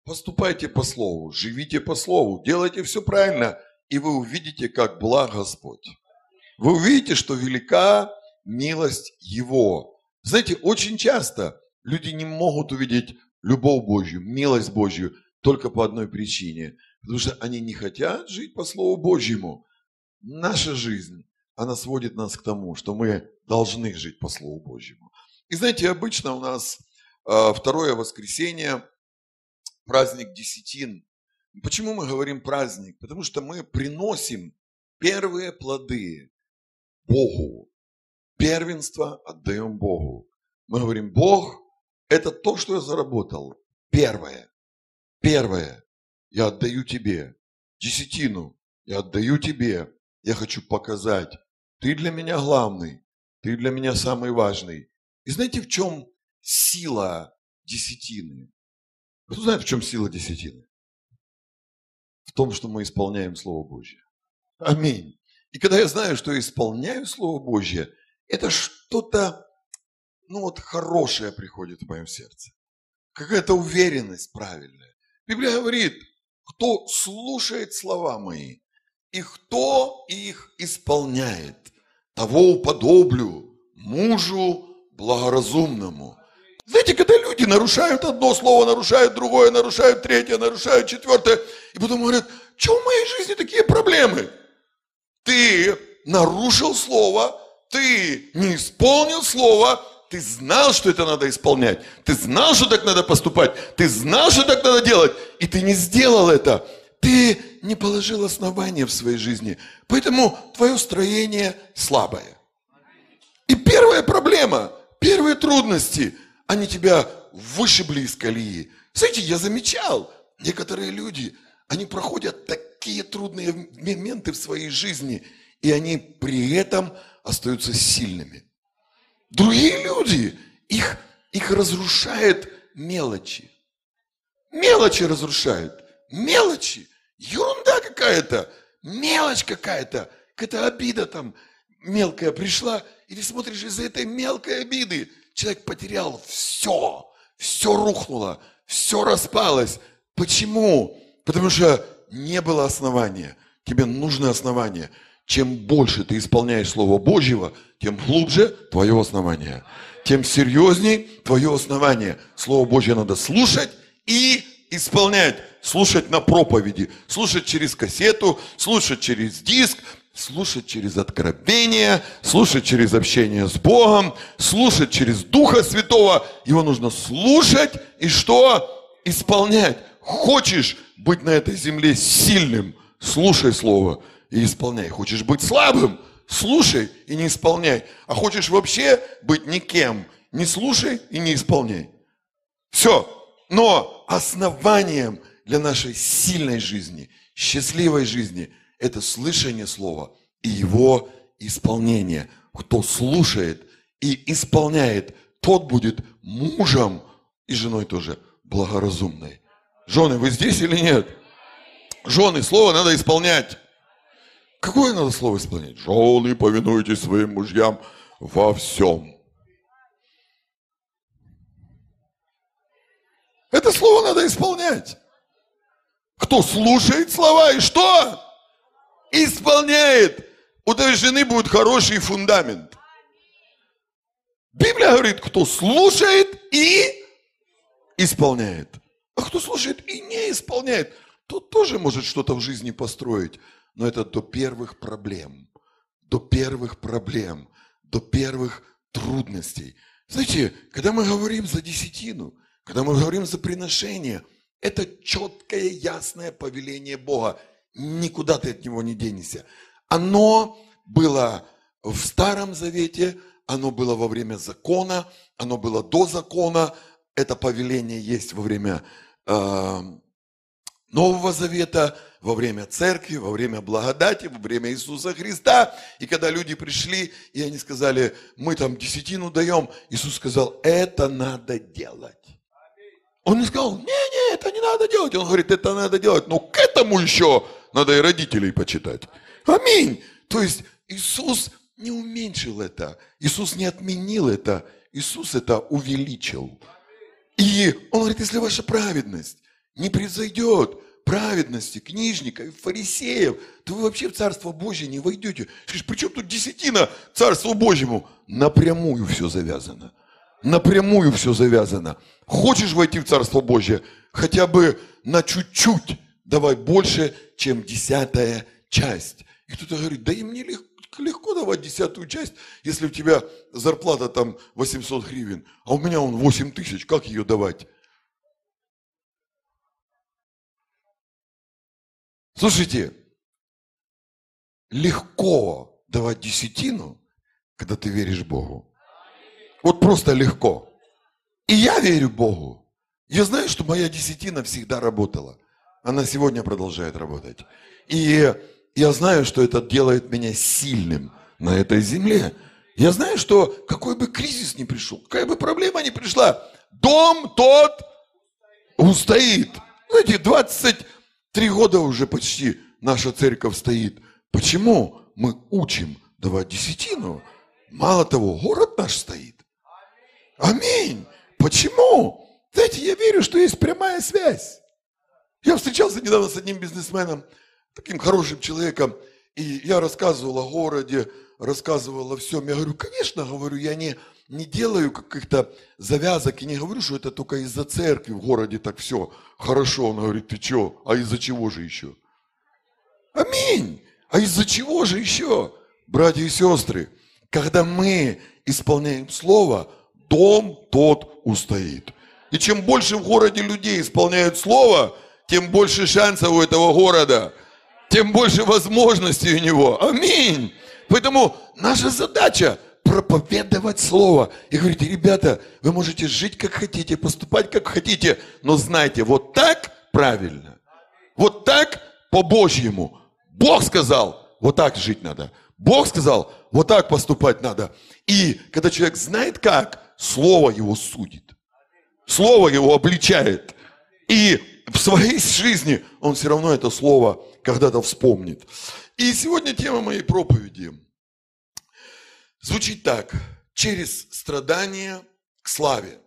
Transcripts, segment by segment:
поступайте по слову, живите по слову, делайте все правильно, и вы увидите, как благ Господь. Вы увидите, что велика милость Его. Знаете, очень часто люди не могут увидеть любовь Божью, милость Божью только по одной причине. Потому что они не хотят жить по Слову Божьему. Наша жизнь, она сводит нас к тому, что мы должны жить по Слову Божьему. И знаете, обычно у нас второе воскресенье, праздник Десятин. Почему мы говорим праздник? Потому что мы приносим первые плоды Богу. Первенство отдаем Богу. Мы говорим, Бог, это то, что я заработал. Первое. Я отдаю тебе. Десятину я отдаю тебе. Я хочу показать. Ты для меня главный. Ты для меня самый важный. И знаете, в чем сила десятины? Кто знает, в чем сила десятины? В том, что мы исполняем Слово Божье. Аминь. И когда я знаю, что я исполняю Слово Божье, это что-то, хорошее приходит в моем сердце. Какая-то уверенность правильная. Библия говорит, кто слушает слова мои, и кто их исполняет, того уподоблю мужу благоразумному. Знаете, когда люди нарушают одно слово, нарушают другое, нарушают третье, нарушают четвертое, и потом говорят, что в моей жизни такие проблемы? Ты нарушил слово, ты не исполнил слово, ты знал, что это надо исполнять, ты знал, что так надо поступать, ты знал, что так надо делать, и ты не сделал это. Ты не положил основания в своей жизни, поэтому твое строение слабое. И первая проблема, первые трудности, они тебя вышибли из колеи. Знаете, я замечал, некоторые люди, они проходят такие трудные моменты в своей жизни, и они при этом остаются сильными. Другие люди, их разрушает мелочи. Мелочи разрушают. Мелочи. Ерунда какая-то. Мелочь какая-то. Какая-то обида там мелкая пришла. И ты смотришь, из-за этой мелкой обиды человек потерял все. Все рухнуло. Все распалось. Почему? Потому что не было основания. Тебе нужно основание. Чем больше ты исполняешь Слово Божьего, тем глубже твое основание. Тем серьезней твое основание. Слово Божье надо слушать и исполнять. Слушать на проповеди, слушать через кассету, слушать через диск, слушать через откровение, слушать через общение с Богом, слушать через Духа Святого. Его нужно слушать и что? Исполнять. Хочешь быть на этой земле сильным? Слушай Слово и исполняй. Хочешь быть слабым? Слушай и не исполняй. А хочешь вообще быть никем? Не слушай и не исполняй. Все. Но основанием для нашей сильной жизни, счастливой жизни, это слышание Слова и его исполнение. Кто слушает и исполняет, тот будет мужем и женой тоже благоразумной. Жены, вы здесь или нет? Жены, слово надо исполнять. Какое надо слово исполнять? Жены, повинуйтесь своим мужьям во всем. Это слово надо исполнять. Кто слушает слова и что? Исполняет. У той жены будет хороший фундамент. Библия говорит, кто слушает и исполняет. А кто слушает и не исполняет, тот тоже может что-то в жизни построить. Но это до первых проблем. До первых проблем. До первых трудностей. Знаете, когда мы говорим за десятину, когда мы говорим за приношение, это четкое, ясное повеление Бога. Никуда ты от него не денешься. Оно было в Старом Завете, оно было во время закона, оно было до закона. Это повеление есть во время Нового Завета, во время церкви, во время благодати, во время Иисуса Христа. И когда люди пришли, и они сказали, мы там десятину даем, Иисус сказал, это надо делать. Он не сказал, не, это не надо делать. Он говорит, это надо делать. Но к этому еще надо и родителей почитать. Аминь. То есть Иисус не уменьшил это. Иисус не отменил это. Иисус это увеличил. И Он говорит, если ваша праведность не превзойдет праведности книжников и фарисеев, то вы вообще в Царство Божье не войдете. Скажешь, при чем тут десятина Царству Божьему? Напрямую все завязано. Напрямую все завязано. Хочешь войти в Царство Божье? Хотя бы на чуть-чуть давай больше, чем 10 часть. И кто-то говорит, да и мне легко давать 10 часть, если у тебя зарплата там 800 гривен, а у меня 8 тысяч, как ее давать? Слушайте, легко давать десятину, когда ты веришь Богу. Вот просто легко. И я верю Богу. Я знаю, что моя десятина всегда работала. Она сегодня продолжает работать. И я знаю, что это делает меня сильным на этой земле. Я знаю, что какой бы кризис ни пришел, какая бы проблема ни пришла, дом тот устоит. Знаете, 23 года уже почти наша церковь стоит. Почему мы учим давать десятину? Мало того, город наш стоит. Аминь. Почему? Знаете, я верю, что есть прямая связь. Я встречался недавно с одним бизнесменом, таким хорошим человеком, и я рассказывал о городе, рассказывал о всем. Я говорю, конечно, говорю, я не делаю каких-то завязок и не говорю, что это только из-за церкви в городе так все хорошо. Он говорит, ты что, а из-за чего же еще? Аминь. А из-за чего же еще, братья и сестры, когда мы исполняем слово, дом тот устоит. И чем больше в городе людей исполняют слово, тем больше шансов у этого города, тем больше возможностей у него. Аминь. Поэтому наша задача проповедовать слово. И говорить, ребята, вы можете жить как хотите, поступать как хотите, но знайте, вот так правильно, вот так по-божьему. Бог сказал, вот так жить надо. Бог сказал, вот так поступать надо. И когда человек знает как, слово его судит. Слово его обличает. И в своей жизни он все равно это слово когда-то вспомнит. И сегодня тема моей проповеди звучит так. Через страдания к славе.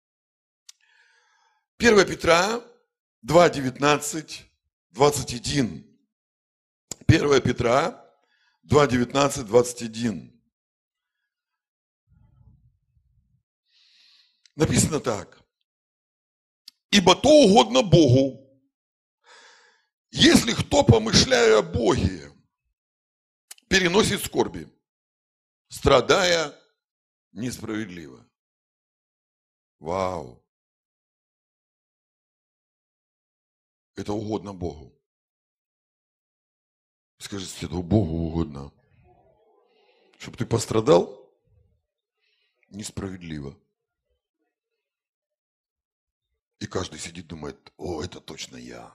1 Петра 2, 19, 21. 1 Петра 2, 19, 21. Написано так. Ибо то угодно Богу, если кто, помышляя о Боге, переносит скорби, страдая несправедливо. Вау! Это угодно Богу. Скажите, это Богу угодно. Чтобы ты пострадал несправедливо. И каждый сидит, думает, о, это точно я.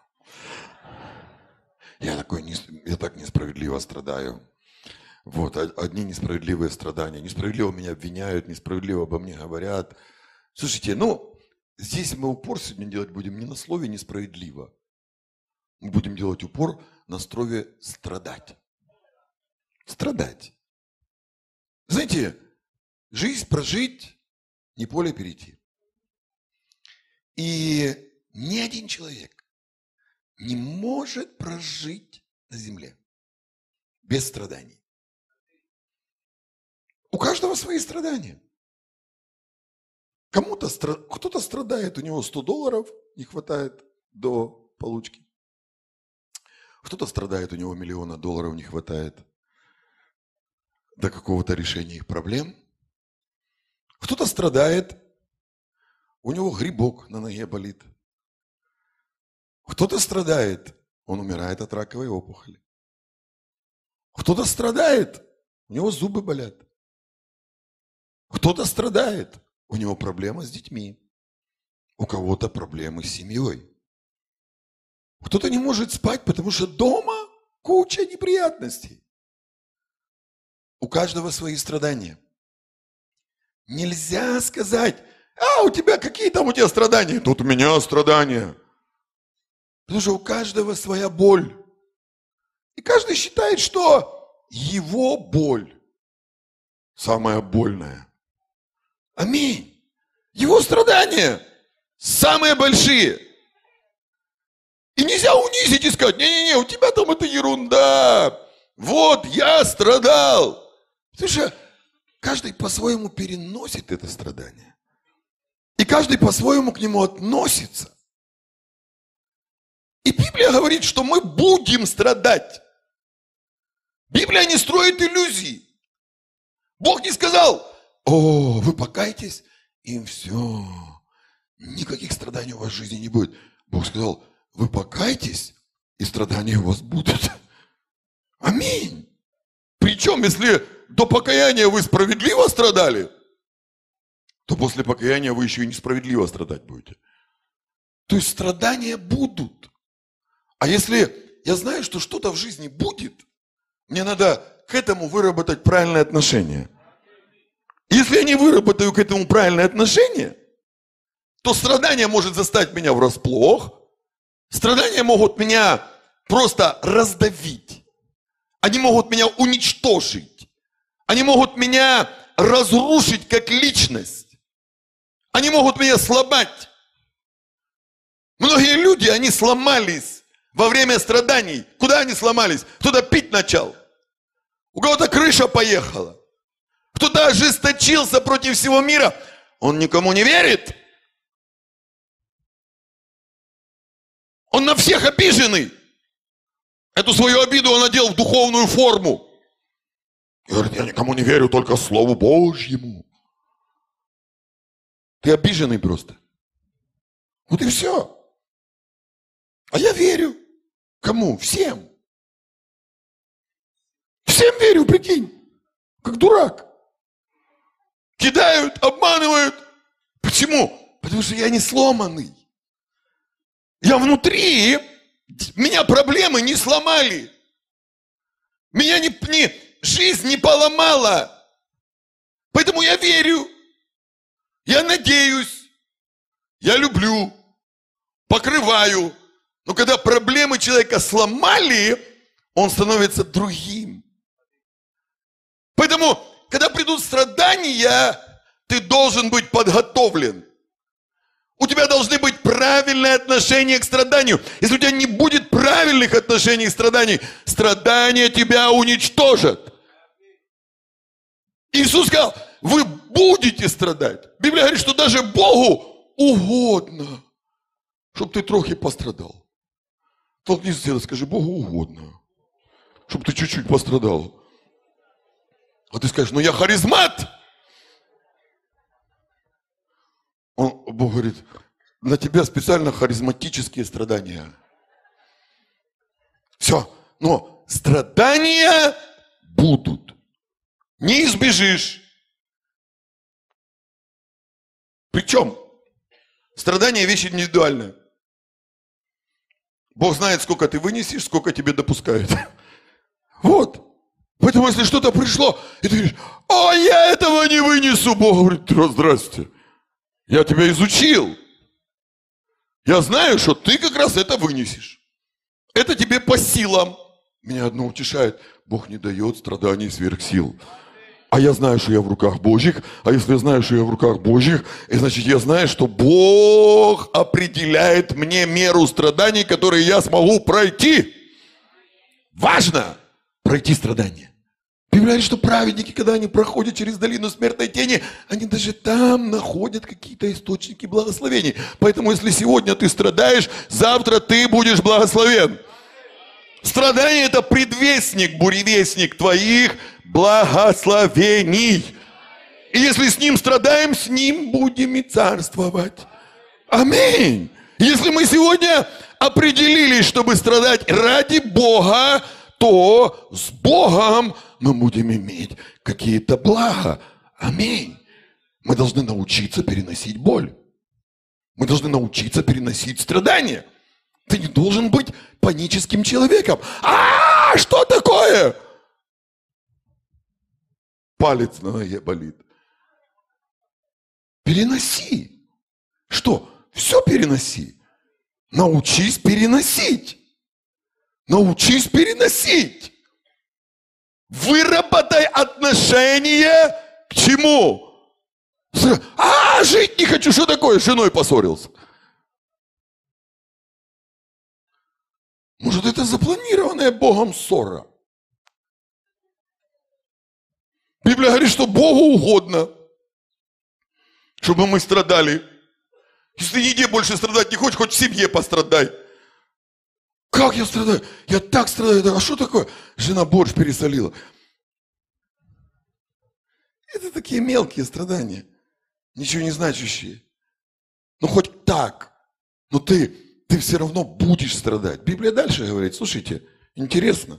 Я так несправедливо страдаю. Вот, одни несправедливые страдания. Несправедливо меня обвиняют, несправедливо обо мне говорят. Слушайте, здесь мы упор сегодня делать будем не на слове несправедливо. Мы будем делать упор на слове страдать. Страдать. Знаете, жизнь прожить, не поле перейти. И ни один человек не может прожить на земле без страданий. У каждого свои страдания. Кто-то страдает, у него $100 не хватает до получки. Кто-то страдает, у него $1 миллиона не хватает до какого-то решения их проблем. Кто-то страдает, у него грибок на ноге болит. Кто-то страдает, он умирает от раковой опухоли. Кто-то страдает, у него зубы болят. Кто-то страдает, у него проблемы с детьми. У кого-то проблемы с семьей. Кто-то не может спать, потому что дома куча неприятностей. У каждого свои страдания. Нельзя сказать, у тебя какие там у тебя страдания? Тут у меня страдания. Потому что у каждого своя боль. И каждый считает, что его боль самая больная. Аминь. Его страдания самые большие. И нельзя унизить и сказать: не-не-не, у тебя там это ерунда. Вот, я страдал. Слушай, каждый по-своему переносит это страдание. И каждый по-своему к нему относится. И Библия говорит, что мы будем страдать. Библия не строит иллюзий. Бог не сказал: о, вы покайтесь, и все. Никаких страданий у вас в жизни не будет. Бог сказал: вы покайтесь, и страдания у вас будут. Аминь. Причем, если до покаяния вы справедливо страдали, то после покаяния вы еще и несправедливо страдать будете. То есть страдания будут. А если я знаю, что что-то в жизни будет, мне надо к этому выработать правильное отношение. Если я не выработаю к этому правильное отношение, то страдание может застать меня врасплох. Страдания могут меня просто раздавить. Они могут меня уничтожить. Они могут меня разрушить как личность. Они могут меня сломать. Многие люди, они сломались во время страданий. Куда они сломались? Кто-то пить начал. У кого-то крыша поехала. Кто-то ожесточился против всего мира. Он никому не верит. Он на всех обиженный. Эту свою обиду он одел в духовную форму. И говорит: я никому не верю, только Слову Божьему. Ты обиженный просто. Вот и все. А я верю. Кому? Всем. Всем верю, прикинь. Как дурак. Кидают, обманывают. Почему? Потому что я не сломанный. Я внутри, меня проблемы не сломали. Меня жизнь не поломала. Поэтому я верю. Я надеюсь. Я люблю. Покрываю. Но когда проблемы человека сломали, он становится другим. Поэтому, когда придут страдания, ты должен быть подготовлен. У тебя должны быть правильные отношения к страданию. Если у тебя не будет правильных отношений к страданию, страдания тебя уничтожат. Иисус сказал: вы будете страдать. Библия говорит, что даже Богу угодно, чтобы ты трохи пострадал. Толкнись с скажи: Богу угодно, чтобы ты чуть-чуть пострадал. А ты скажешь: ну я харизмат. Бог говорит: на тебя специально харизматические страдания. Все. Но страдания будут. Не избежишь. Причем страдания вещь индивидуальная. Бог знает, сколько ты вынесешь, сколько тебе допускают. Вот. Поэтому, если что-то пришло, и ты говоришь: о, я этого не вынесу. Бог говорит: здрасте. Я тебя изучил. Я знаю, что ты как раз это вынесешь. Это тебе по силам. Меня одно утешает: Бог не дает страданий сверх сил. А я знаю, что я в руках Божьих. А если я знаю, что я в руках Божьих, значит, я знаю, что Бог определяет мне меру страданий, которые я смогу пройти. Важно пройти страдания. Библия говорит, что праведники, когда они проходят через долину смертной тени, они даже там находят какие-то источники благословений. Поэтому, если сегодня ты страдаешь, завтра ты будешь благословен. Страдание – это предвестник, буревестник твоих благословений. И если с ним страдаем, с ним будем и царствовать. Аминь. Если мы сегодня определились, чтобы страдать ради Бога, то с Богом мы будем иметь какие-то блага. Аминь. Мы должны научиться переносить боль. Мы должны научиться переносить страдания. Ты не должен быть паническим человеком. Что такое? Палец на ноге болит. Переноси. Что? Все переноси. Научись переносить. Научись переносить. Выработай отношение к чему? Жить не хочу. Что такое? С женой поссорился. Может, это запланированная Богом ссора? Библия говорит, что Богу угодно, чтобы мы страдали. Если нигде больше страдать не хочешь, хоть в семье пострадай. Как я страдаю? Я так страдаю. А что такое? Жена борщ пересолила. Это такие мелкие страдания, ничего не значащие. Ну хоть так. Но ты все равно будешь страдать. Библия дальше говорит, слушайте, интересно.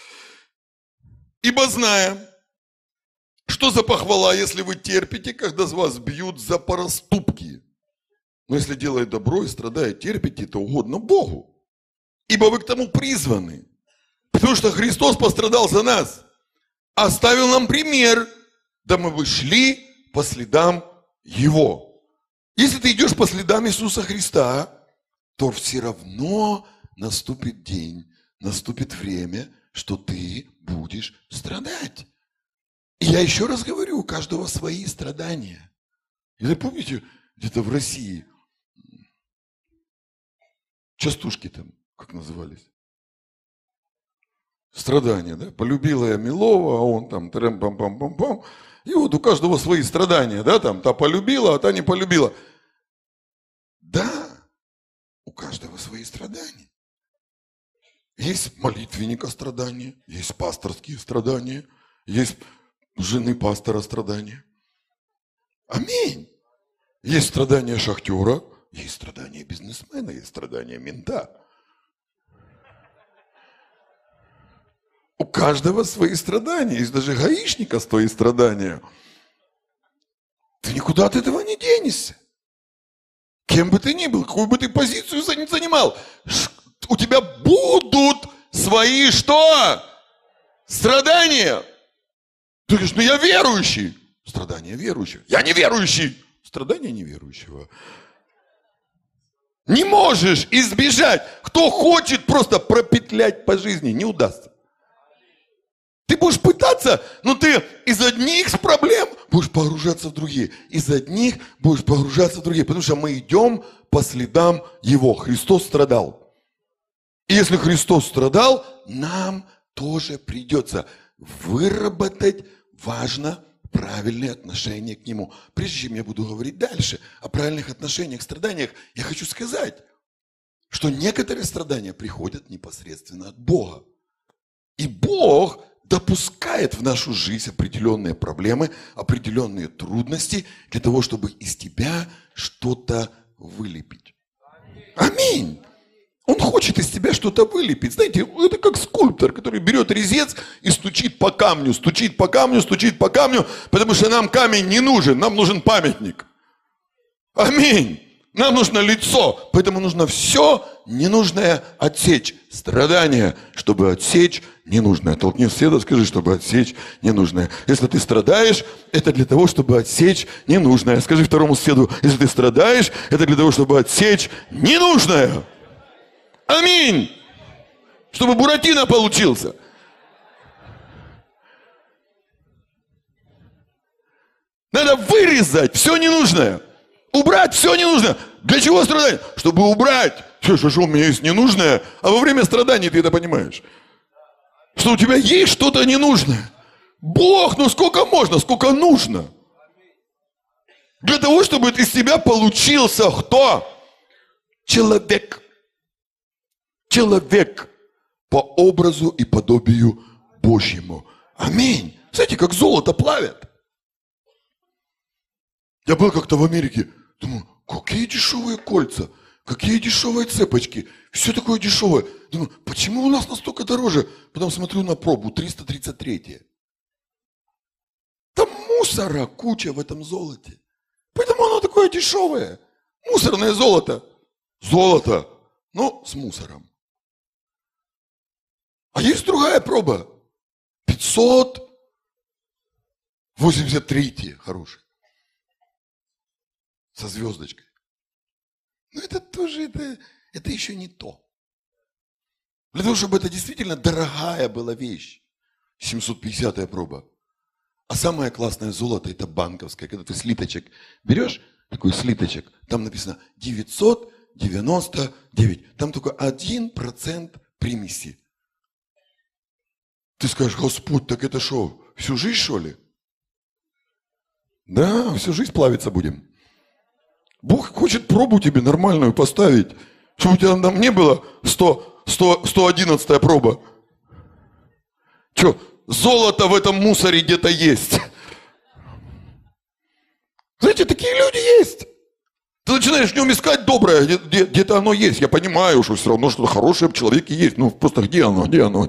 Ибо зная, что за похвала, если вы терпите, когда с вас бьют за проступки. Но если делает добро и страдает, терпите, то угодно Богу. Ибо вы к тому призваны. Потому что Христос пострадал за нас. Оставил нам пример, да мы бы шли по следам Его. Если ты идешь по следам Иисуса Христа, то все равно наступит день, наступит время, что ты будешь страдать. И я еще раз говорю, у каждого свои страдания. Или помните, где-то в России частушки там, как назывались? Страдания, да? Полюбила я милого, а он там трем-пам-пам-пам-пам. И вот у каждого свои страдания, да? Там та полюбила, а та не полюбила. Да, у каждого свои страдания. Есть молитвенника страдания, есть пасторские страдания, есть жены пастора страдания. Аминь. Есть страдания шахтера, есть страдания бизнесмена, есть страдания мента. У каждого свои страдания. Есть даже гаишника свои страдания. Ты никуда от этого не денешься. Кем бы ты ни был, какую бы ты позицию ни занимал, у тебя будут свои что? Страдания. Ты говоришь, ну я верующий. Страдания верующего. Я неверующий. Страдания неверующего. Не можешь избежать. Кто хочет просто пропетлять по жизни, не удастся. Ты будешь пытаться, но ты из одних проблем будешь погружаться в другие. Из одних будешь погружаться в другие. Потому что мы идем по следам Его. Христос страдал. И если Христос страдал, нам тоже придется выработать, важно, правильные отношения к Нему. Прежде чем я буду говорить дальше о правильных отношениях, страданиях, я хочу сказать, что некоторые страдания приходят непосредственно от Бога. И Бог допускает в нашу жизнь определенные проблемы, определенные трудности для того, чтобы из тебя что-то вылепить. Аминь. Он хочет из тебя что-то вылепить. Знаете, это как скульптор, который берет резец и стучит по камню, стучит по камню, стучит по камню, потому что нам камень не нужен, нам нужен памятник. Аминь. Нам нужно лицо, поэтому нужно все ненужное отсечь. Страдания, чтобы отсечь ненужное. Толкни соседа, скажи, чтобы отсечь ненужное. Если ты страдаешь, это для того, чтобы отсечь ненужное. Скажи второму соседу, если ты страдаешь, это для того, чтобы отсечь ненужное. Аминь. Чтобы Буратино получился. Надо вырезать все ненужное. Убрать все ненужное. Для чего страдать? Чтобы убрать. Что у меня есть ненужное, а во время страданий ты это понимаешь. Что у тебя есть что-то ненужное. Бог, ну сколько можно, сколько нужно. Для того, чтобы из тебя получился кто? Человек. Человек по образу и подобию Божьему. Аминь. Знаете, как золото плавят. Я был как-то в Америке. Думаю, какие дешевые кольца, какие дешевые цепочки. Все такое дешевое. Думаю, почему у нас настолько дороже? Потом смотрю на пробу, 333. Там мусора куча в этом золоте. Поэтому оно такое дешевое. Мусорное золото. Золото, но с мусором. А есть другая проба. 583 хорошая. Со звездочкой. Но это тоже, это еще не то. Для того, чтобы это действительно дорогая была вещь. 750-я проба. А самое классное золото, это банковское. Когда ты слиточек берешь, такой слиточек, там написано 999. Там только 1% примеси. Ты скажешь: Господь, так это что, всю жизнь, что ли? Да, всю жизнь плавиться будем. Бог хочет пробу тебе нормальную поставить, чтобы у тебя там не было 111-я проба. Что, золото в этом мусоре где-то есть? Знаете, такие люди есть. Ты начинаешь в нем искать доброе, где-то оно есть. Я понимаю, что все равно что-то хорошее в человеке есть. Ну, просто где оно?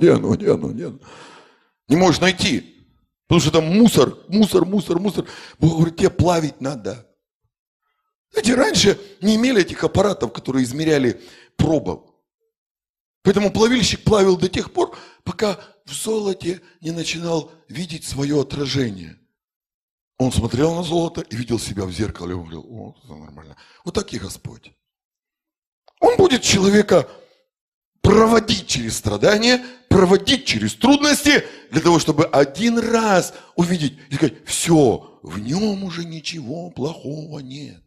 Не можешь найти. Потому что там мусор. Бог говорит, тебе плавить надо. Знаете, раньше не имели этих аппаратов, которые измеряли пробу. Поэтому плавильщик плавил до тех пор, пока в золоте не начинал видеть свое отражение. Он смотрел на золото и видел себя в зеркале. Он говорил: о, это нормально. Вот так и Господь. Он будет человека проводить через страдания, проводить через трудности, для того, чтобы один раз увидеть и сказать: все, в нем уже ничего плохого нет.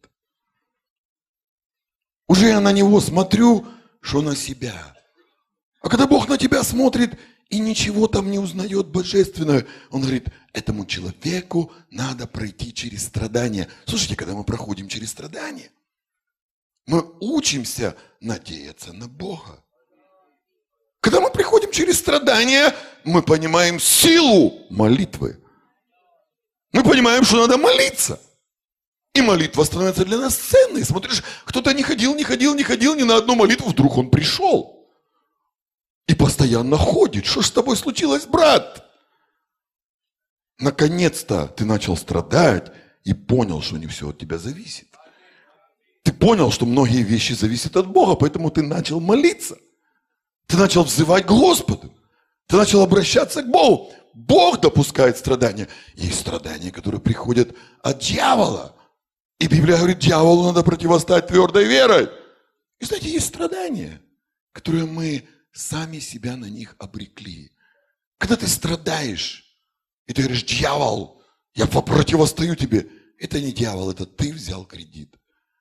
Уже я на него смотрю, что на себя. А когда Бог на тебя смотрит и ничего там не узнает божественного, Он говорит: этому человеку надо пройти через страдания. Слушайте, когда мы проходим через страдания, мы учимся надеяться на Бога. Когда мы приходим через страдания, мы понимаем силу молитвы. Мы понимаем, что надо молиться. И молитва становится для нас ценной. Смотришь, кто-то не ходил ни на одну молитву, вдруг он пришел. И постоянно ходит. Что ж с тобой случилось, брат? Наконец-то ты начал страдать и понял, что не все от тебя зависит. Ты понял, что многие вещи зависят от Бога, поэтому ты начал молиться. Ты начал взывать к Господу. Ты начал обращаться к Богу. Бог допускает страдания. Есть страдания, которые приходят от дьявола. И Библия говорит, дьяволу надо противостоять твердой верой. И знаете, есть страдания, которые мы сами себя на них обрекли. Когда ты страдаешь, и ты говоришь: дьявол, я противостою тебе. Это не дьявол, это ты взял кредит.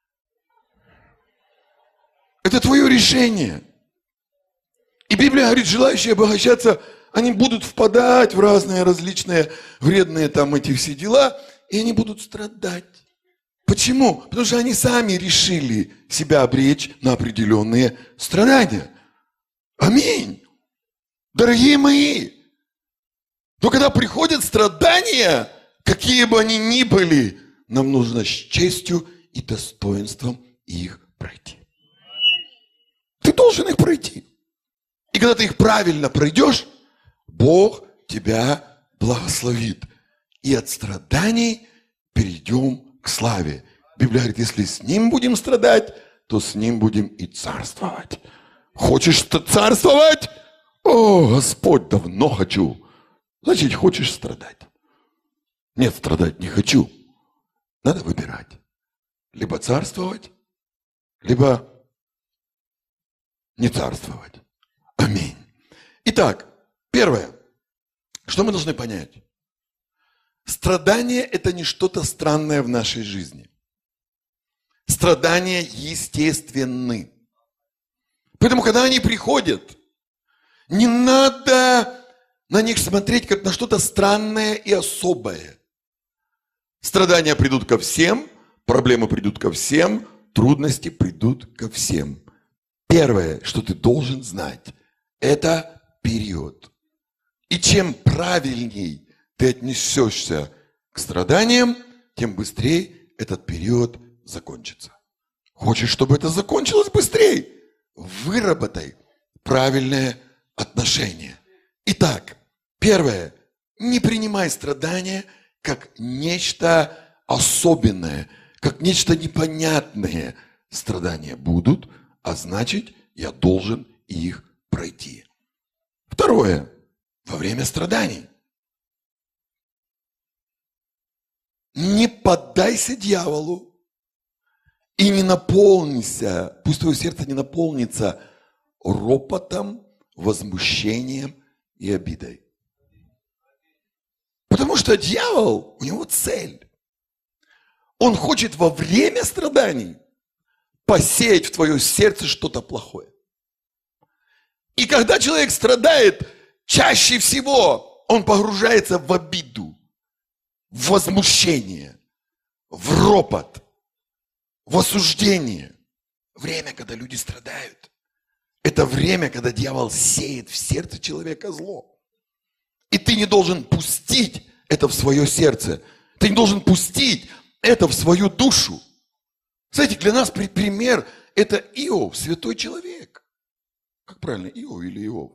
Это твое решение. И Библия говорит, желающие обогащаться, они будут впадать в разные различные вредные там эти все дела, и они будут страдать. Почему? Потому что они сами решили себя обречь на определенные страдания. Аминь. Дорогие мои, но когда приходят страдания, какие бы они ни были, нам нужно с честью и достоинством их пройти. Ты должен их пройти. И когда ты их правильно пройдешь, Бог тебя благословит. И от страданий перейдем к славе. Библия говорит, если с Ним будем страдать, то с Ним будем и царствовать. Хочешь царствовать? О, Господь, давно хочу. Значит, хочешь страдать? Нет, страдать не хочу. Надо выбирать. Либо царствовать, либо не царствовать. Аминь. Итак, первое, что мы должны понять. Страдание – это не что-то странное в нашей жизни. Страдания естественны. Поэтому, когда они приходят, не надо на них смотреть как на что-то странное и особое. Страдания придут ко всем, проблемы придут ко всем, трудности придут ко всем. Первое, что ты должен знать, это период. И чем правильней ты отнесешься к страданиям, тем быстрее этот период закончится. Хочешь, чтобы это закончилось быстрее? Выработай правильное отношение. Итак, первое. Не принимай страдания как нечто особенное, как нечто непонятное. Страдания будут, а значит, я должен их пройти. Второе. Во время страданий не поддайся дьяволу и не наполнися, пусть твое сердце не наполнится ропотом, возмущением и обидой. Потому что дьявол, у него цель. Он хочет во время страданий посеять в твое сердце что-то плохое. И когда человек страдает, чаще всего он погружается в обиду, в возмущение, в ропот, в осуждение. Время, когда люди страдают, это время, когда дьявол сеет в сердце человека зло. И ты не должен пустить это в свое сердце. Ты не должен пустить это в свою душу. Знаете, для нас пример – это Иов, святой человек. Как правильно, Иов или Иов?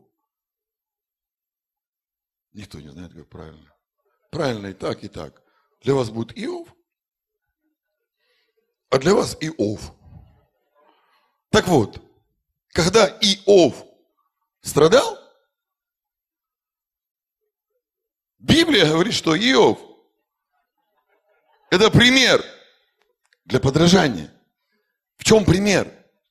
Никто не знает, как правильно. Правильно и так, и так. Для вас будет Иов, а для вас Иов. Так вот, когда Иов страдал, Библия говорит, что Иов – это пример для подражания. В чем пример?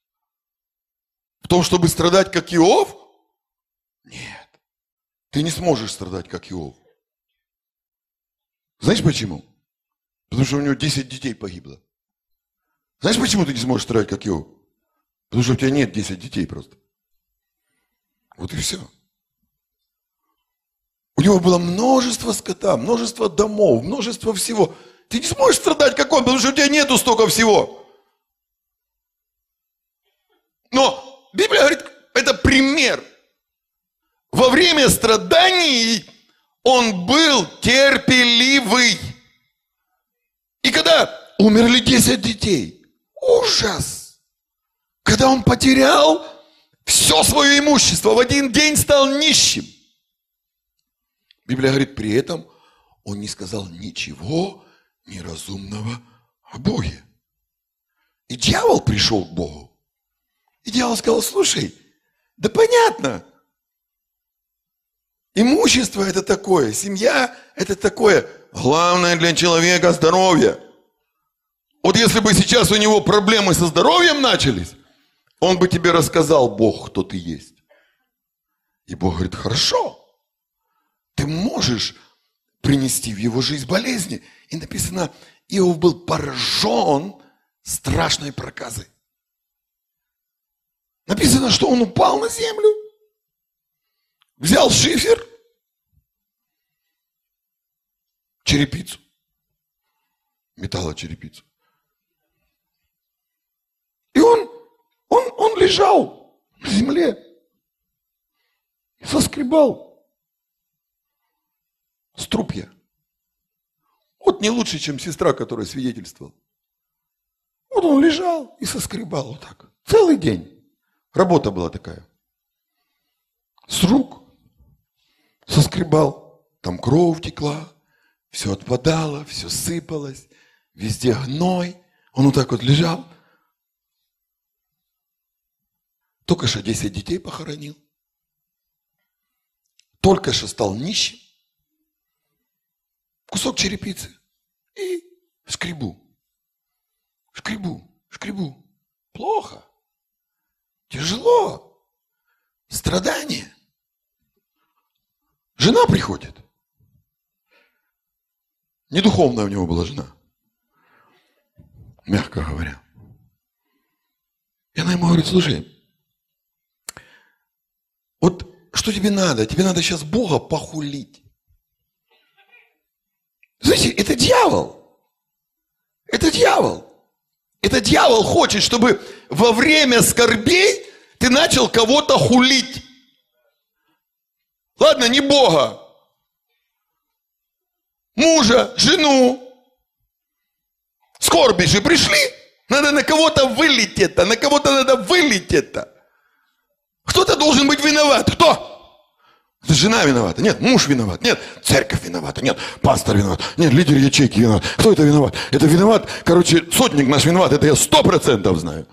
В том, чтобы страдать, как Иов? Нет. Ты не сможешь страдать, как Иов. Знаешь почему? Потому что у него 10 детей погибло. Знаешь, почему ты не сможешь страдать, как Иов? Потому что у тебя нет 10 детей просто. Вот и все. У него было множество скота, множество домов, множество всего. Ты не сможешь страдать, как он, потому что у тебя нету столько всего. Но Библия говорит, это пример. Во время страданий он был терпеливый. И когда умерли 10 детей, ужас. Когда он потерял все свое имущество, в один день стал нищим. Библия говорит, при этом он не сказал ничего неразумного о Боге. И дьявол пришел к Богу. И дьявол сказал, слушай, да понятно, имущество это такое, семья это такое, главное для человека здоровье. Вот если бы сейчас у него проблемы со здоровьем начались, он бы тебе рассказал, Бог, кто ты есть. И Бог говорит, хорошо, ты можешь принести в его жизнь болезни. И написано, Иов был поражен страшной проказой. Написано, что он упал на землю, взял шифер, черепицу, металлочерепицу. И он лежал на земле и соскребал струпья. Вот не лучше, чем сестра, которая свидетельствовала. Вот он лежал и соскребал вот так. Целый день. Работа была такая. С рук соскребал. Там кровь текла. Все отпадало, все сыпалось. Везде гной. Он вот так вот лежал. Только что 10 детей похоронил. Только что стал нищим. Кусок черепицы. И шкребу. Шкребу. Плохо. Тяжело. Страдания. Жена приходит. Недуховная у него была жена. Мягко говоря. И она ему говорит, слушай, вот что тебе надо? Тебе надо сейчас Бога похулить. Знаете, это дьявол. Это дьявол. Это дьявол хочет, чтобы во время скорбей ты начал кого-то хулить. Ладно, не Бога. Мужа, жену. Скорби же пришли. Надо на кого-то вылить это. На кого-то надо вылить это. Кто-то должен быть виноват. Кто? Это жена виновата. Нет, муж виноват. Нет, церковь виновата. Нет, пастор виноват. Нет, лидер ячейки виноват. Кто это виноват? Это виноват, сотник наш виноват. Это я 100% знаю.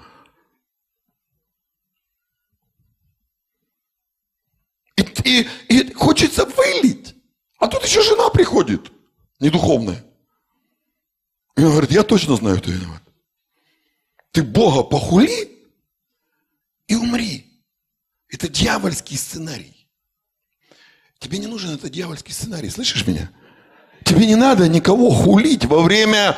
И хочется вылить. А тут еще жена приходит, недуховная. И она говорит, я точно знаю, кто виноват. Ты Бога похули и умри. Это дьявольский сценарий. Тебе не нужен этот дьявольский сценарий, слышишь меня? Тебе не надо никого хулить во время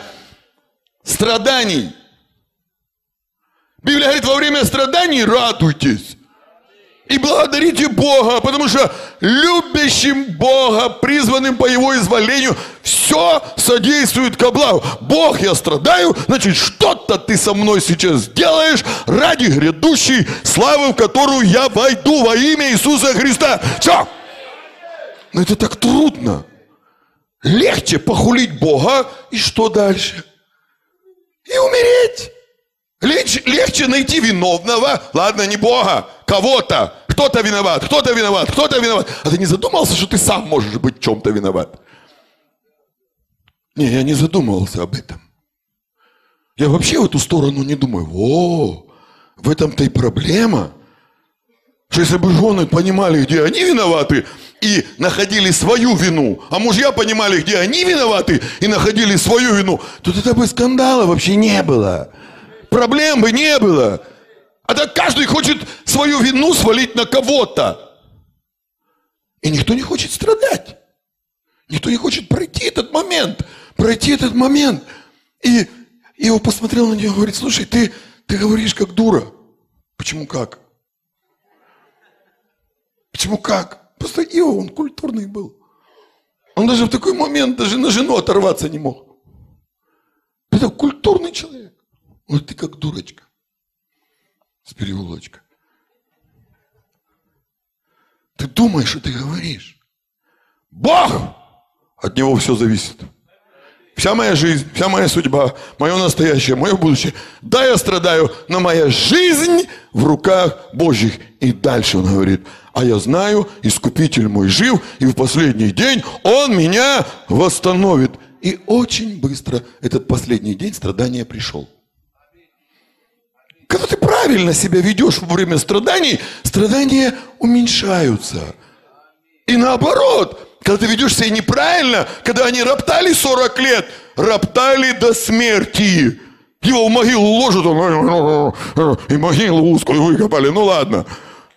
страданий. Библия говорит, во время страданий радуйтесь. И благодарите Бога, потому что любящим Бога, призванным по Его изволению, все содействует ко благу. Бог, я страдаю, значит, что-то ты со мной сейчас сделаешь ради грядущей славы, в которую я войду во имя Иисуса Христа. Все. Но это так трудно. Легче похулить Бога, и что дальше? И умереть. Легче найти виновного, ладно, не Бога, кого-то, кто-то виноват. А ты не задумался, что ты сам можешь быть в чем-то виноват? Не, я не задумывался об этом. Я вообще в эту сторону не думаю. В этом-то и проблема. Что если бы жены понимали, где они виноваты, и находили свою вину, а мужья понимали, где они виноваты, и находили свою вину, то тогда бы скандала вообще не было. Проблем бы не было. А так каждый хочет свою вину свалить на кого-то. И никто не хочет страдать. Никто не хочет пройти этот момент. И Иов посмотрел на нее и говорит: слушай, ты говоришь как дура. Почему как? Просто Иов, он культурный был. Он даже в такой момент даже на жену оторваться не мог. Это культурный человек. Вот ты как дурочка. С переулочка. Ты думаешь, что ты говоришь. Бог! От него все зависит. Вся моя жизнь, вся моя судьба, мое настоящее, мое будущее. Да, я страдаю, но моя жизнь в руках Божьих. И дальше он говорит: а я знаю, Искупитель мой жив, и в последний день он меня восстановит. И очень быстро этот последний день страдания пришел. Когда ты правильно себя ведешь во время страданий, страдания уменьшаются. И наоборот, когда ты ведешь себя неправильно, когда они роптали 40 лет, роптали до смерти. Его в могилу ложат, и могилу узкую выкопали, ну ладно.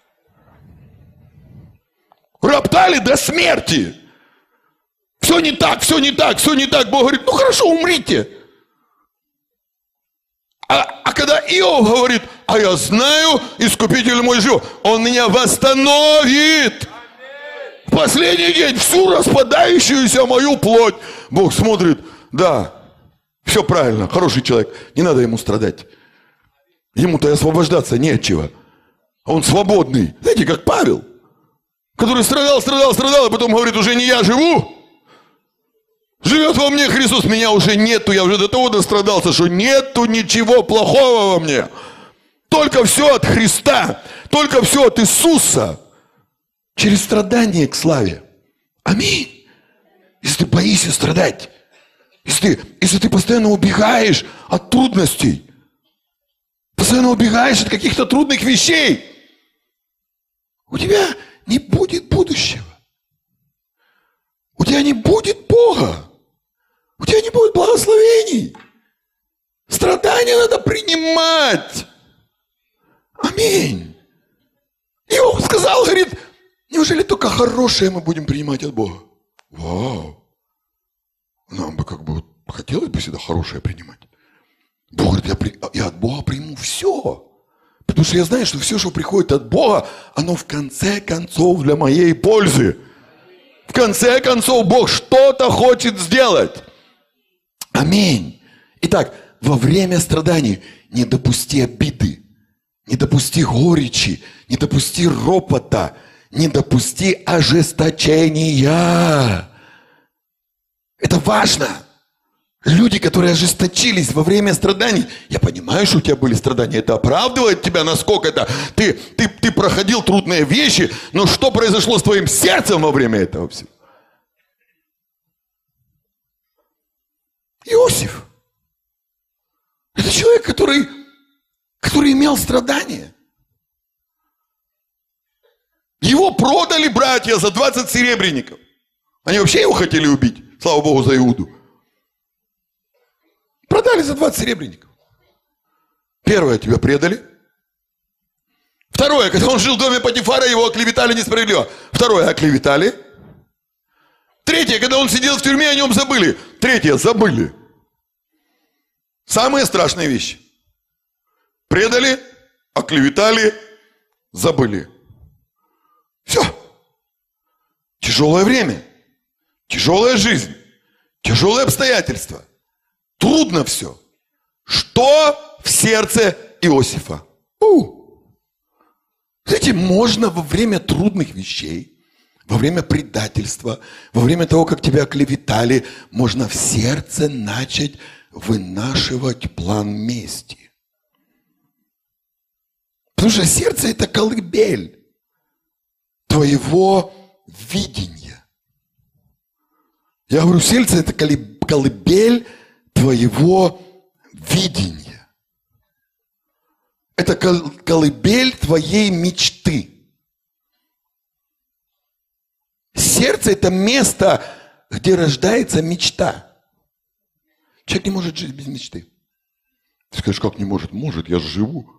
Роптали до смерти. Все не так. Бог говорит: ну хорошо, умрите. А когда Иов говорит: а я знаю, Искупитель мой жив, он меня восстановит. В последний день всю распадающуюся мою плоть. Бог смотрит: да, все правильно, хороший человек, не надо ему страдать. Ему-то и освобождаться не от чего. Он свободный. Знаете, как Павел, который страдал, и потом говорит: уже не я живу, живет во мне Христос, меня уже нету, я уже до того дострадался, что нету ничего плохого во мне. Только все от Христа, только все от Иисуса. Через страдания к славе. Аминь. Если ты боишься страдать, если ты постоянно убегаешь от трудностей, постоянно убегаешь от каких-то трудных вещей, у тебя не будет будущего. У тебя не будет Бога. У тебя не будет благословений. Страдания надо принимать. Аминь. И он сказал, говорит: неужели только хорошее мы будем принимать от Бога? Вау. Нам бы хотелось бы всегда хорошее принимать. Бог говорит: я от Бога приму все. Потому что я знаю, что все, что приходит от Бога, оно в конце концов для моей пользы. В конце концов Бог что-то хочет сделать. Аминь. Итак, во время страданий не допусти обиды, не допусти горечи, не допусти ропота, не допусти ожесточения. Это важно. Люди, которые ожесточились во время страданий, я понимаю, что у тебя были страдания, это оправдывает тебя, насколько это ты проходил трудные вещи, но что произошло с твоим сердцем во время этого всего? Иосиф. Это человек, который имел страдания. Его продали братья за 20 серебряников. Они вообще его хотели убить, слава Богу за Иуду. Продали за 20 серебряников. Первое, тебя предали. Второе, когда он жил в доме Потифара, его оклеветали несправедливо. Второе, оклеветали. Третье, когда он сидел в тюрьме, о нем забыли. Третье, забыли. Самые страшные вещи. Предали, оклеветали, забыли. Все. Тяжелое время, тяжелая жизнь, тяжелые обстоятельства. Трудно все. Что в сердце Иосифа? Знаете, можно во время трудных вещей, во время предательства, во время того, как тебя оклеветали, можно в сердце начать вынашивать план мести. Потому что сердце – это колыбель твоего видения. Я говорю, сердце – это колыбель твоего видения. Это колыбель твоей мечты. Сердце – это место, где рождается мечта. Человек не может жить без мечты. Ты скажешь, как не может? Может, я же живу.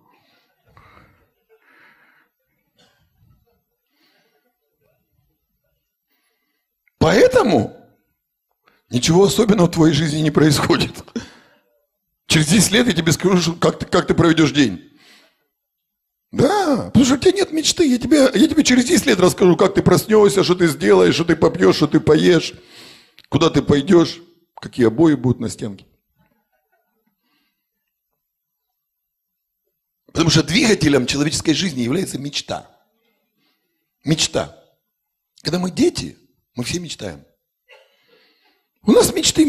Поэтому ничего особенного в твоей жизни не происходит. Через 10 лет я тебе скажу, как ты проведешь день. Да, потому что у тебя нет мечты. Я тебе через 10 лет расскажу, как ты проснешься, что ты сделаешь, что ты попьешь, что ты поешь, куда ты пойдешь, какие обои будут на стенке. Потому что двигателем человеческой жизни является мечта. Мечта. Когда мы дети, мы все мечтаем. У нас мечты.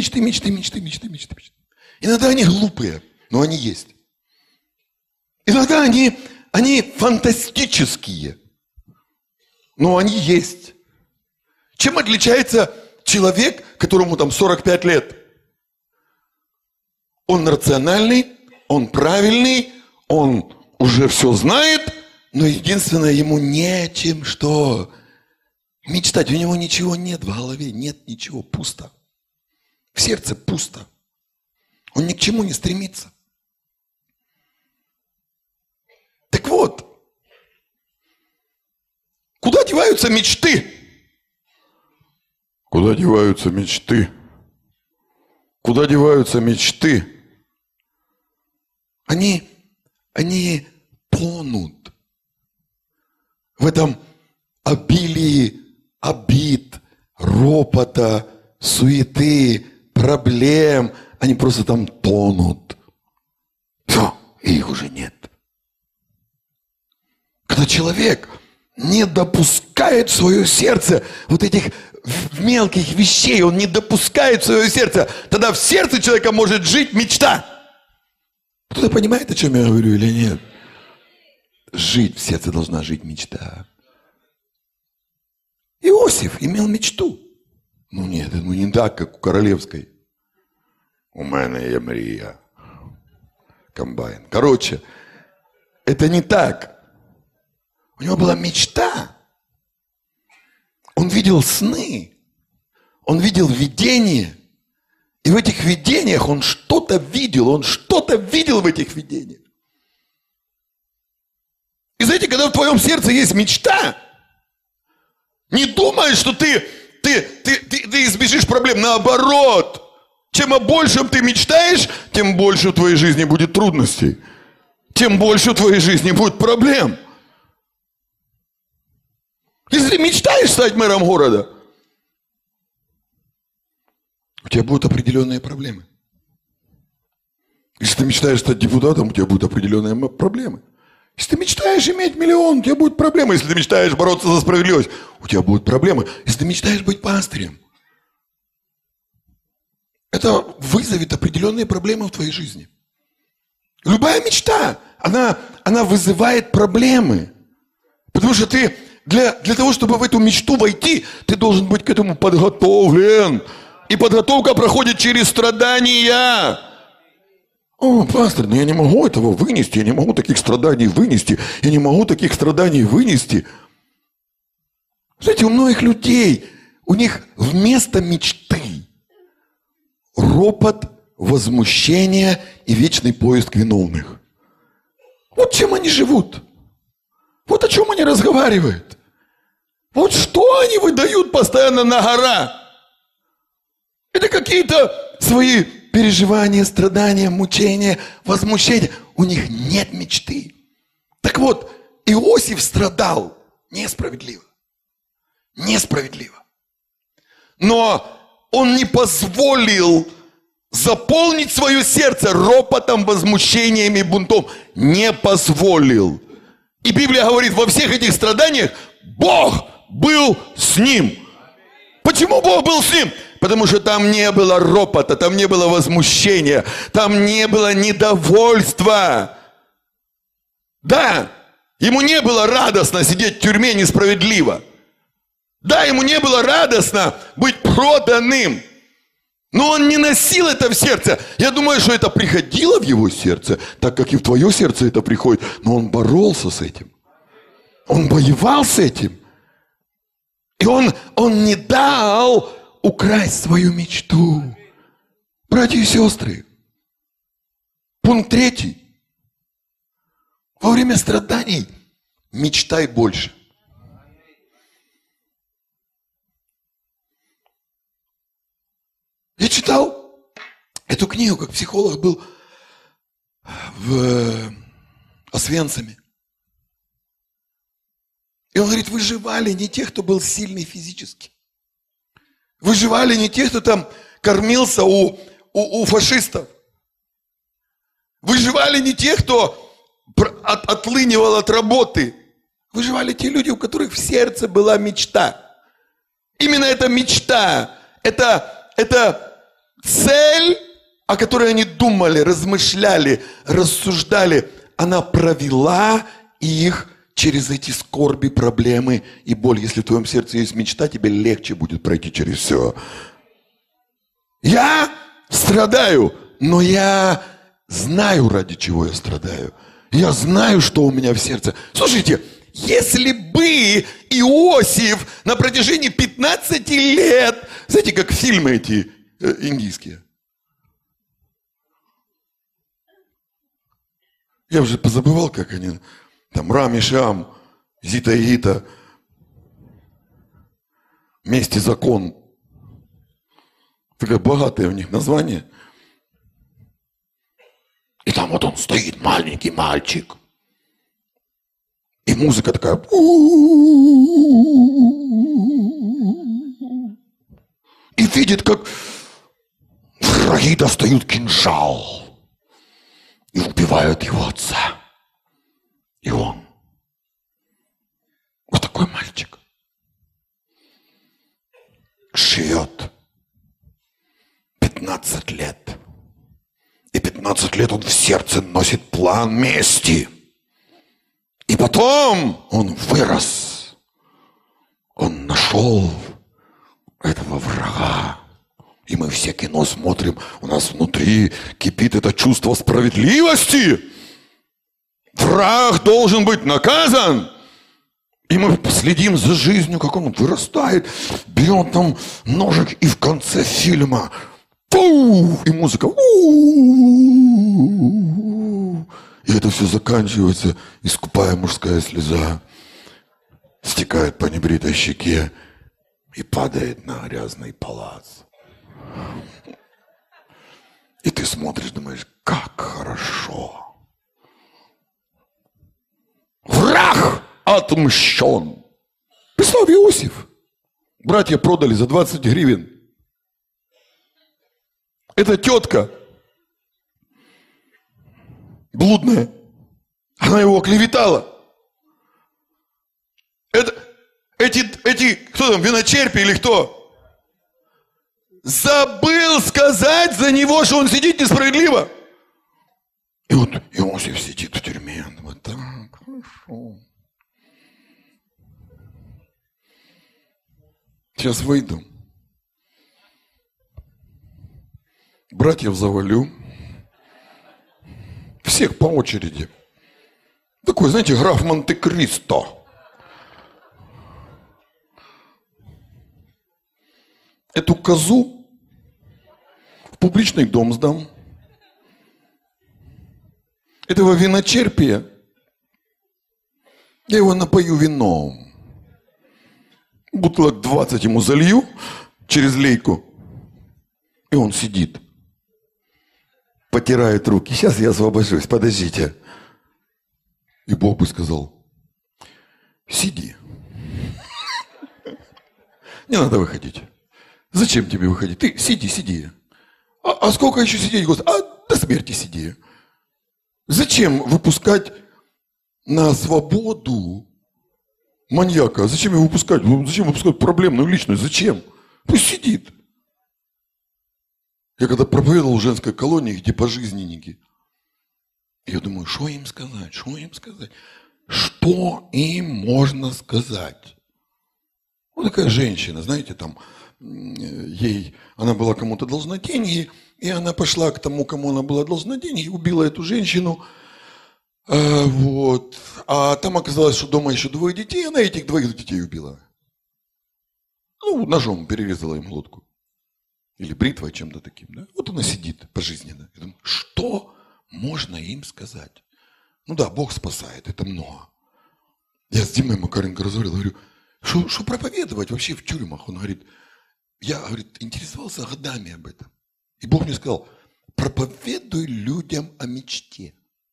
Иногда они глупые, но они есть. Иногда они фантастические, но они есть. Чем отличается человек, которому там 45 лет? Он рациональный, он правильный, он уже все знает, но единственное, ему нечем что мечтать. У него ничего нет в голове, нет ничего, пусто. В сердце пусто. Он ни к чему не стремится. Так вот, куда деваются мечты? Куда деваются мечты? Куда деваются мечты? Они тонут в этом обилии обид, ропота, суеты, проблем. Они просто там тонут. Все, и их уже нет. Когда человек не допускает в свое сердце вот этих мелких вещей, он не допускает в свое сердце, тогда в сердце человека может жить мечта. Кто-то понимает, о чем я говорю или нет? Жить в сердце должна жить мечта. Иосиф имел мечту. Ну нет, не так, как у Королевской. У мене є мрія. Комбайн. Короче, это не так. У него была мечта. Он видел сны. Он видел видения. И в этих видениях он что-то видел. Он что-то видел в этих видениях. И знаете, когда в твоем сердце есть мечта, не думай, что ты избежишь проблем. Наоборот. Чем о большем ты мечтаешь, тем больше в твоей жизни будет трудностей. Тем больше в твоей жизни будет проблем. Если ты мечтаешь стать мэром города, у тебя будут определенные проблемы. Если ты мечтаешь стать депутатом, у тебя будут определенные проблемы. Если ты мечтаешь иметь миллион, у тебя будут проблемы. Если ты мечтаешь бороться за справедливость, у тебя будут проблемы. Если ты мечтаешь быть пастырем, это вызовет определенные проблемы в твоей жизни. Любая мечта, она вызывает проблемы. Потому что ты для того, чтобы в эту мечту войти, ты должен быть к этому подготовлен. И подготовка проходит через страдания. О, пастор, но я не могу этого вынести, я не могу таких страданий вынести, я не могу таких страданий вынести. Знаете, у многих людей, у них вместо мечты ропот, возмущение и вечный поиск виновных. Вот чем они живут. Вот о чем они разговаривают. Вот что они выдают постоянно на гора. Это какие-то свои переживания, страдания, мучения, возмущения. У них нет мечты. Так вот, Иосиф страдал Несправедливо. Несправедливо. Но он не позволил заполнить свое сердце ропотом, возмущениями, бунтом. Не позволил. И Библия говорит, во всех этих страданиях Бог был с ним. Почему Бог был с ним? Потому что там не было ропота, там не было возмущения, там не было недовольства. Да, ему не было радостно сидеть в тюрьме несправедливо. Да, ему не было радостно быть проданным. Но он не носил это в сердце. Я думаю, что это приходило в его сердце, так как и в твое сердце это приходит. Но он боролся с этим. Он воевал с этим. И он не дал украсть свою мечту. Братья и сестры, пункт 3. Во время страданий мечтай больше. Я читал эту книгу, как психолог был в Освенциме. И он говорит, выживали не те, кто был сильный физически. Выживали не те, кто там кормился у фашистов. Выживали не те, кто отлынивал от работы. Выживали те люди, у которых в сердце была мечта. Именно эта мечта, это цель, о которой они думали, размышляли, рассуждали, она провела их через эти скорби, проблемы и боль. Если в твоем сердце есть мечта, тебе легче будет пройти через все. Я страдаю, но я знаю, ради чего я страдаю. Я знаю, что у меня в сердце. Слушайте, если бы Иосиф на протяжении 15 лет, знаете, как фильмы эти индийские. Я уже позабывал, как они, там, Рам и Шам, Зита и Гита, Месть и закон. Такое богатое у них название. И там вот он стоит, маленький мальчик. И музыка такая. И видит, как враги достают кинжал и убивают его отца. И он. Вот такой мальчик. Живет 15 лет. И 15 лет он в сердце носит план мести. И потом он вырос. Он нашел этого врага. И мы все кино смотрим. У нас внутри кипит это чувство справедливости. Враг должен быть наказан. И мы следим за жизнью, как он вырастает. Берет там ножик и в конце фильма... И музыка. И это все заканчивается, и скупая мужская слеза стекает по небритой щеке и падает на грязный палац. И ты смотришь, думаешь, как хорошо. Враг отмщен. Представь, Иосиф. Братья продали за 20 гривен. Эта тетка блудная, она его оклеветала. Эти, кто там, виночерпи или кто? Забыл сказать за него, что он сидит несправедливо. И вот Иосиф сидит в тюрьме. Вот так, хорошо. Сейчас выйду. Братьев завалю. Всех по очереди. Такой, знаете, граф Монте-Кристо. Эту козу в публичный дом сдам. Этого виночерпия я его напою вином. Бутылок 20 ему залью через лейку. И он сидит. Потирает руки. Сейчас я освобожусь, подождите. И Бог бы сказал, сиди. не надо выходить. Зачем тебе выходить? Ты сиди. А сколько еще сидеть, Господи? До смерти сиди. Зачем выпускать на свободу маньяка? Зачем его выпускать? Зачем выпускать проблемную личность? Зачем? Пусть сидит. Я когда проповедовал в женской колонии, где пожизненники, я думаю, что им сказать? Что им можно сказать? Вот такая женщина, знаете, там, она была кому-то должна деньги, и она пошла к тому, кому она была должна деньги, убила эту женщину. Вот. А там оказалось, что дома еще 2 детей, и она этих 2 детей убила. Ножом перерезала им глотку. Или бритвой, чем-то таким. Да? Вот она сидит пожизненно. Я думаю, что можно им сказать? Бог спасает, это много. Я с Димой Макаренко разговаривал, говорю, что проповедовать вообще в тюрьмах? Он говорит, я интересовался годами об этом. И Бог мне сказал, проповедуй людям о мечте.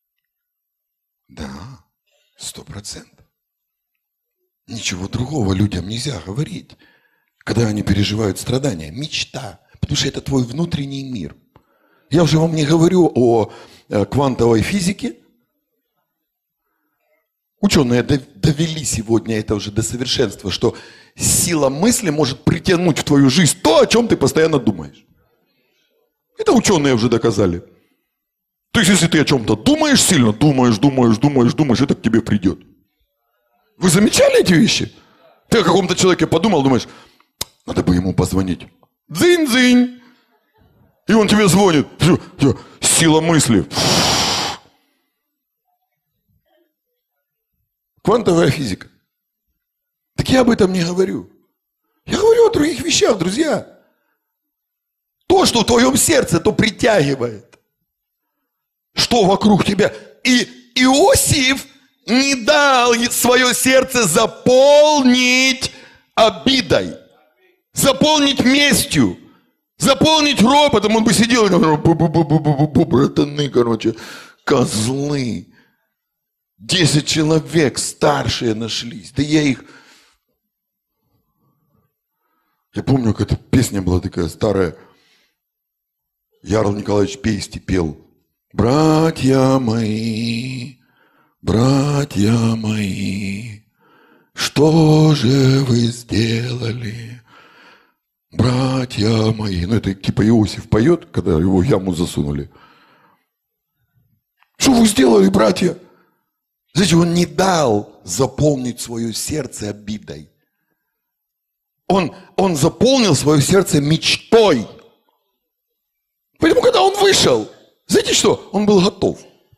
Да, 100%. Ничего другого людям нельзя говорить, когда они переживают страдания. Мечта, потому что это твой внутренний мир. Я уже вам не говорю о квантовой физике. Ученые довели сегодня это уже до совершенства, что сила мысли может притянуть в твою жизнь то, о чем ты постоянно думаешь. Это ученые уже доказали. То есть, если ты о чем-то думаешь сильно, думаешь, это к тебе придет. Вы замечали эти вещи? Ты о каком-то человеке подумал, думаешь, надо бы ему позвонить. Дзынь-дзынь. И он тебе звонит. Сила мысли. Квантовая физика. Так я об этом не говорю. Я говорю о других вещах, друзья. То, что в твоем сердце, то притягивает. Что вокруг тебя. И Иосиф не дал свое сердце заполнить обидой. Заполнить местью. Заполнить ропотом. Он бы сидел и говорил, братаны, козлы. 10 человек старшие нашлись. Да я помню, какая-то песня была такая старая. Ярл Николаевич Пейсти пел. Братья мои, что же вы сделали? Братья мои. Это типа Иосиф поет, когда его в яму засунули. Что вы сделали, братья? Знаете, он не дал заполнить свое сердце обидой. Он заполнил свое сердце мечтой. Поэтому, когда он вышел, знаете что? Он был готов.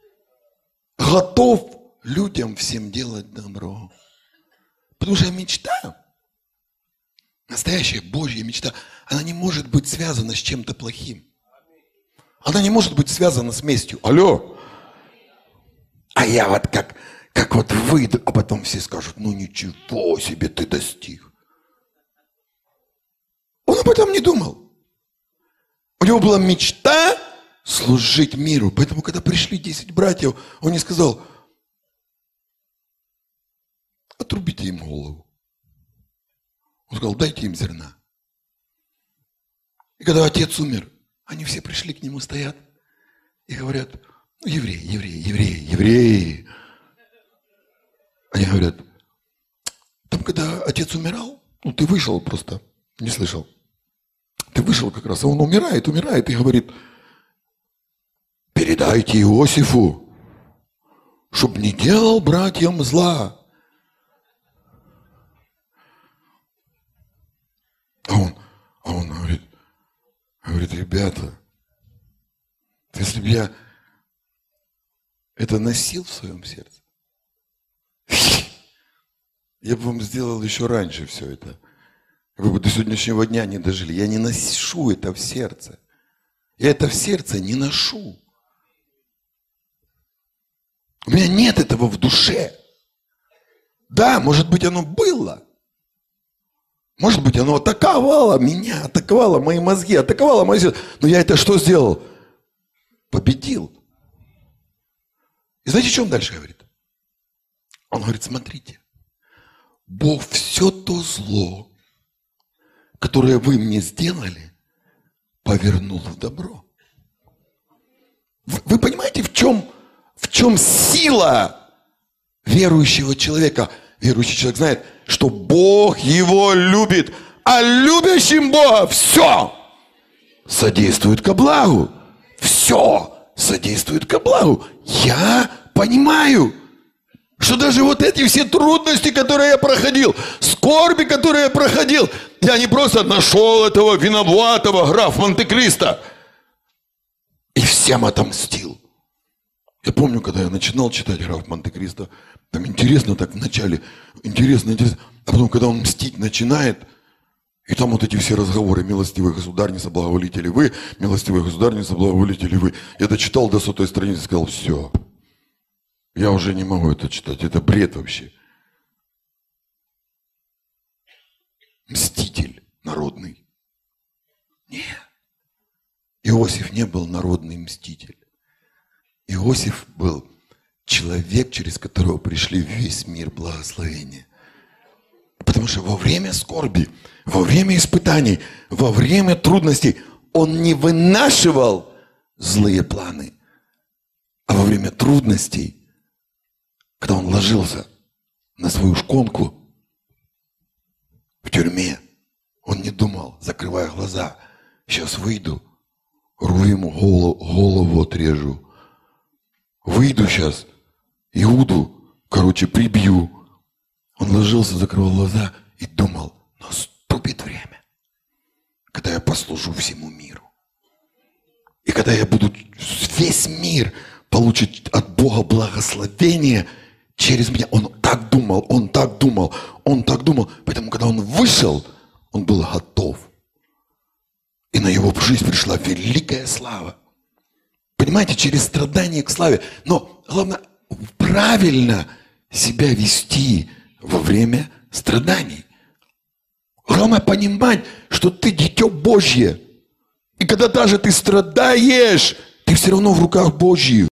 Готов людям всем делать добро. Потому что мечта, настоящая Божья мечта, она не может быть связана с чем-то плохим. Она не может быть связана с местью. Алло. А я вот как вот выйду, а потом все скажут, ничего себе ты достиг. Он об этом не думал. У него была мечта служить миру. Поэтому, когда пришли 10 братьев, он не сказал, отрубите им голову. Он сказал, дайте им зерна. И когда отец умер, они все пришли к нему, стоят и говорят, евреи. Они говорят, там, когда отец умирал, ты вышел просто, не слышал. Ты вышел как раз, а он умирает и говорит, передайте Иосифу, чтоб не делал братьям зла. А он говорит, ребята, если бы я это носил в своем сердце, я бы вам сделал еще раньше все это. Вы бы до сегодняшнего дня не дожили. Я не ношу это в сердце. Я это в сердце не ношу. У меня нет этого в душе. Да, может быть, оно было. Может быть, оно атаковало меня, атаковало мои мозги, атаковало мои сердце. Но я это что сделал? Победил. И знаете, что он дальше говорит? Он говорит, смотрите, Бог все то зло, которое вы мне сделали, повернул в добро. Вы понимаете, в чем сила верующего человека? Верующий человек знает, что Бог его любит, а любящим Бога все содействует ко благу. Все содействует ко благу. Я понимаю, что даже вот эти все трудности, которые я проходил, скорби, которые я проходил, я не просто нашел этого виноватого графа Монте-Кристо и всем отомстил. Я помню, когда я начинал читать граф Монте-Кристо, там интересно так вначале, интересно, а потом, когда он мстить начинает, и там вот эти все разговоры, милостивый государница, благоволите ли вы, милостивый государница, благоволите ли вы. Я дочитал до 100-й страницы и сказал, все, я уже не могу это читать, это бред вообще. Мститель народный. Нет. Иосиф не был народный мститель. Иосиф был человек, через которого пришли в весь мир благословения. Потому что во время скорби, во время испытаний, во время трудностей он не вынашивал злые планы. А во время трудностей, когда он ложился на свою шконку в тюрьме, он не думал, закрывая глаза, сейчас выйду, рву ему голову отрежу. Выйду сейчас, Иуду, прибью. Он ложился, закрывал глаза и думал, наступит время, когда я послужу всему миру. И когда я буду, весь мир получит от Бога благословение через меня. Он так думал, он так думал, он так думал. Поэтому, когда он вышел, он был готов. И на его жизнь пришла великая слава. Понимаете, через страдания к славе. Но главное, правильно себя вести во время страданий. Главное понимать, что ты дитё Божье. И когда даже ты страдаешь, ты все равно в руках Божьих.